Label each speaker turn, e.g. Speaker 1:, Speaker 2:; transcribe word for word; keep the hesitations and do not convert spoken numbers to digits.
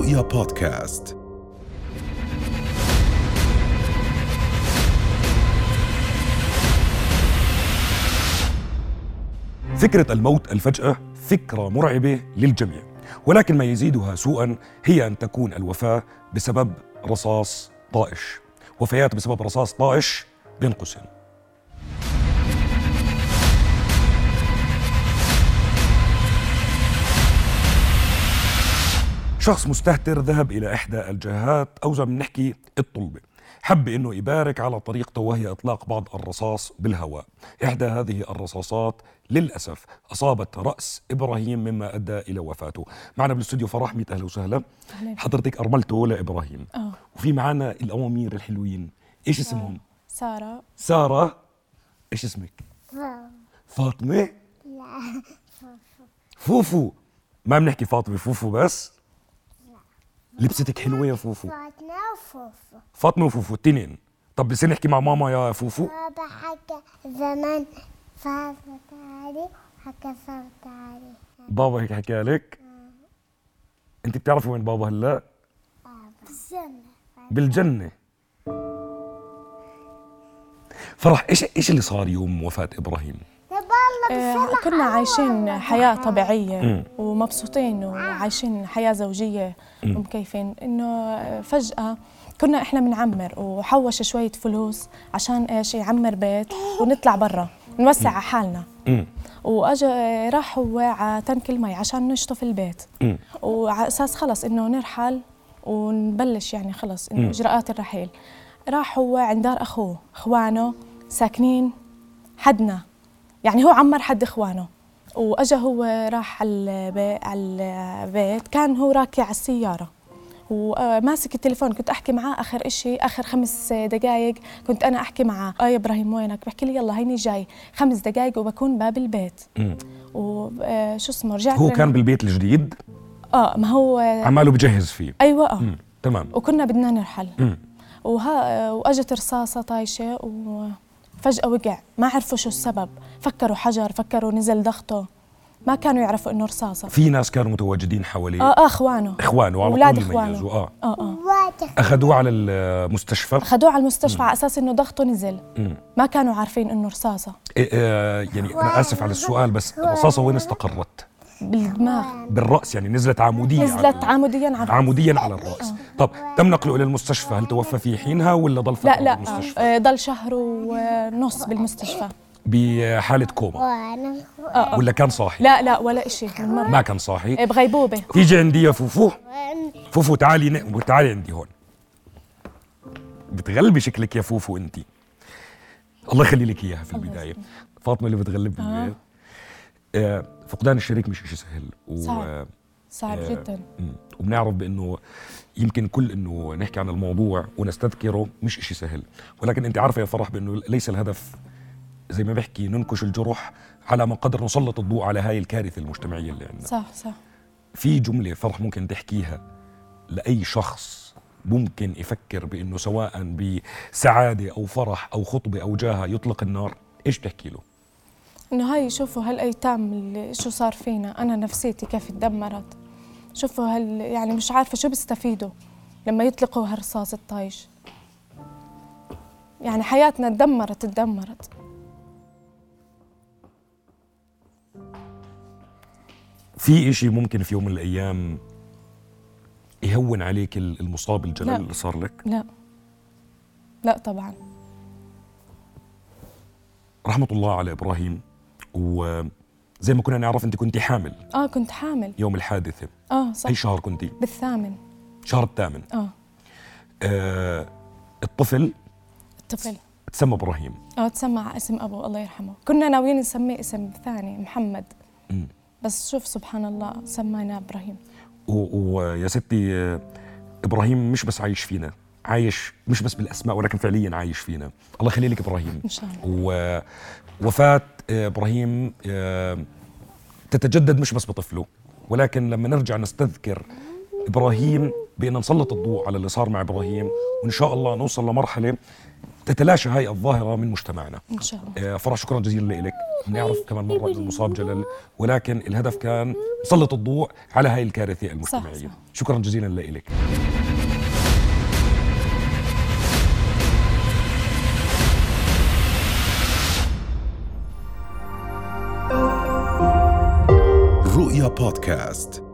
Speaker 1: رؤيا بودكاست. فكرة الموت الفجأة فكرة مرعبة للجميع، ولكن ما يزيدها سوءاً هي أن تكون الوفاة بسبب رصاص طائش. وفيات بسبب رصاص طائش بين قوسين. شخص مستهتر ذهب إلى إحدى الجهات، أو زي ما نحكي الطلبة، حب إنه يبارك على طريقته وهي إطلاق بعض الرصاص بالهواء. إحدى هذه الرصاصات للأسف أصابت رأس إبراهيم مما أدى إلى وفاته. معنا بالاستوديو فرح، ميت أهلا وسهلا. حضرتك أرملته لإبراهيم. أوه. وفي معنا الأوامير الحلوين، إيش اسمهم؟
Speaker 2: سارة.
Speaker 1: سارة. إيش اسمك؟ فاطمة.
Speaker 3: لا
Speaker 1: فوفو. ما بنحكي فاطمة، فوفو بس. لبستك حلوة يا فوفو.
Speaker 3: فاطمة وفوفو.
Speaker 1: فاطمة وفوفو التنين. طب بصير نحكي مع ماما يا فوفو؟
Speaker 3: بابا حكى زمان فاطمة تعالي، حكى صار تعالي.
Speaker 1: بابا هيك حكى لك؟ انت بتعرفي وين بابا هلا؟
Speaker 3: بالجنة.
Speaker 1: بالجنة. فرح، ايش ايش اللي صار يوم وفاة ابراهيم؟
Speaker 2: آه كنا عايشين حياة طبيعية م. ومبسوطين وعايشين حياة زوجية ومكيفين. إنه فجأة كنا إحنا بنعمر وحوش شوية فلوس عشان إيش يعمر بيت ونطلع برا نوسع على حالنا. م. وأجا راح هو على تنك المي عشان نشطف البيت، وعلى أساس خلص إنه نرحل ونبلش يعني خلص إنه إجراءات الرحيل. راح هو عند دار أخوه، إخوانه ساكنين حدنا، يعني هو عمر حد إخوانه. وأجا هو راح على البيت، كان هو راكع على السيارة وماسك التليفون. كنت أحكي معاه آخر إشي، آخر خمس دقايق كنت أنا أحكي معاه. آه يا إبراهيم وينك؟ بحكي لي يلا هيني جاي، خمس دقايق وبكون باب البيت. وشو اسمه رجعت. هو
Speaker 1: كان بالبيت الجديد؟
Speaker 2: آه ما هو
Speaker 1: عماله بجهز فيه.
Speaker 2: أيوة. آه
Speaker 1: مم. تمام.
Speaker 2: وكنا بدنا نرحل. مم. وها وأجت رصاصة طايشة وفجأة وقع، ما عرفوا شو السبب، فكروا حجر، فكروا نزل ضغطه، ما كانوا يعرفوا إنه رصاصة.
Speaker 1: في ناس كانوا متواجدين حواليه.
Speaker 2: آه آه إخوانه
Speaker 1: إخوانه على
Speaker 2: أولاد
Speaker 1: طول
Speaker 2: إخوانه.
Speaker 1: يميزوا. آه.
Speaker 2: آه آه
Speaker 1: أخذوه على المستشفى.
Speaker 2: أخذوه على المستشفى على أساس إنه ضغطه نزل. مم. ما كانوا عارفين إنه رصاصة.
Speaker 1: إيه آه يعني أنا آسف على السؤال، بس الرصاصة وين استقرت؟
Speaker 2: بالدماغ.
Speaker 1: بالرأس، يعني نزلت عمودية.
Speaker 2: نزلت عاموديا على الرأس.
Speaker 1: عاموديا على الرأس. طب تم نقله إلى المستشفى، هل توفى في حينها ولا ضل فترة
Speaker 2: لا لا
Speaker 1: بالمستشفى؟
Speaker 2: آه ضل شهر ونص بالمستشفى
Speaker 1: بحالة كوما. آه. ولا كان صاحي؟
Speaker 2: لا لا ولا إشي من مرة.
Speaker 1: ما كان صاحي؟
Speaker 2: بغيبوبة.
Speaker 1: تيجي عندي يا فوفو. فوفو تعالي ن... تعالي عندي هون. بتغلبي شكلك يا فوفو انتي. الله يخلي لك اياها في البداية. فاطمة اللي بتغلب بالبيت. آه. فقدان الشريك مش إشي سهل و...
Speaker 2: صعب صعب آه جدا.
Speaker 1: وبنعرف بأنه يمكن كل أنه نحكي عن الموضوع ونستذكره مش إشي سهل، ولكن أنت عارفة يا فرح بأنه ليس الهدف زي ما بحكي ننكش الجرح على ما قدر نسلط الضوء على هاي الكارثة المجتمعية اللي عندنا.
Speaker 2: صح صح.
Speaker 1: في جملة فرح ممكن تحكيها لأي شخص ممكن يفكر بأنه سواء بسعادة أو فرح أو خطبة أو جاهة يطلق النار، إيش بتحكي له؟
Speaker 2: إنه هاي شوفوا هالأيتام اللي شو صار فينا، أنا نفسيتي كيف اتدمرت. شوفوا هال يعني مش عارفة شو بيستفيدوا لما يطلقوا هالرصاص الطايش. يعني حياتنا اتدمرت اتدمرت.
Speaker 1: في إشي ممكن في يوم من الأيام يهون عليك المصاب الجلل اللي صار لك؟
Speaker 2: لا لا طبعا.
Speaker 1: رحمة الله على إبراهيم. وزي ما كنا نعرف أنت كنتي حامل.
Speaker 2: آه كنت حامل
Speaker 1: يوم الحادثة.
Speaker 2: آه صح.
Speaker 1: أي شهر كنتي؟
Speaker 2: بالثامن.
Speaker 1: شهر الثامن.
Speaker 2: آه,
Speaker 1: آه الطفل
Speaker 2: الطفل
Speaker 1: تسمى إبراهيم.
Speaker 2: آه تسمى على اسم أبوه الله يرحمه. كنا ناويين نسميه اسم ثاني محمد. م. بس شوف سبحان الله سمينا إبراهيم.
Speaker 1: ويا ستي إبراهيم مش بس عايش فينا، عايش مش بس بالأسماء ولكن فعليا عايش فينا. الله يخلي لك إبراهيم
Speaker 2: إن شاء الله.
Speaker 1: ووفاة إبراهيم تتجدد مش بس بطفله، ولكن لما نرجع نستذكر إبراهيم بأن نسلط الضوء على اللي صار مع إبراهيم، وإن شاء الله نوصل لمرحلة تتلاشى هاي الظاهرة من مجتمعنا
Speaker 2: إن شاء الله.
Speaker 1: آه، فرح شكرا جزيلا لك. نعرف كمان مرة أن المصاب جلل، ولكن الهدف كان نسلط الضوء على هاي الكارثة المجتمعية. صح صح. شكرا جزيلا لك.
Speaker 4: رؤيا بودكاست.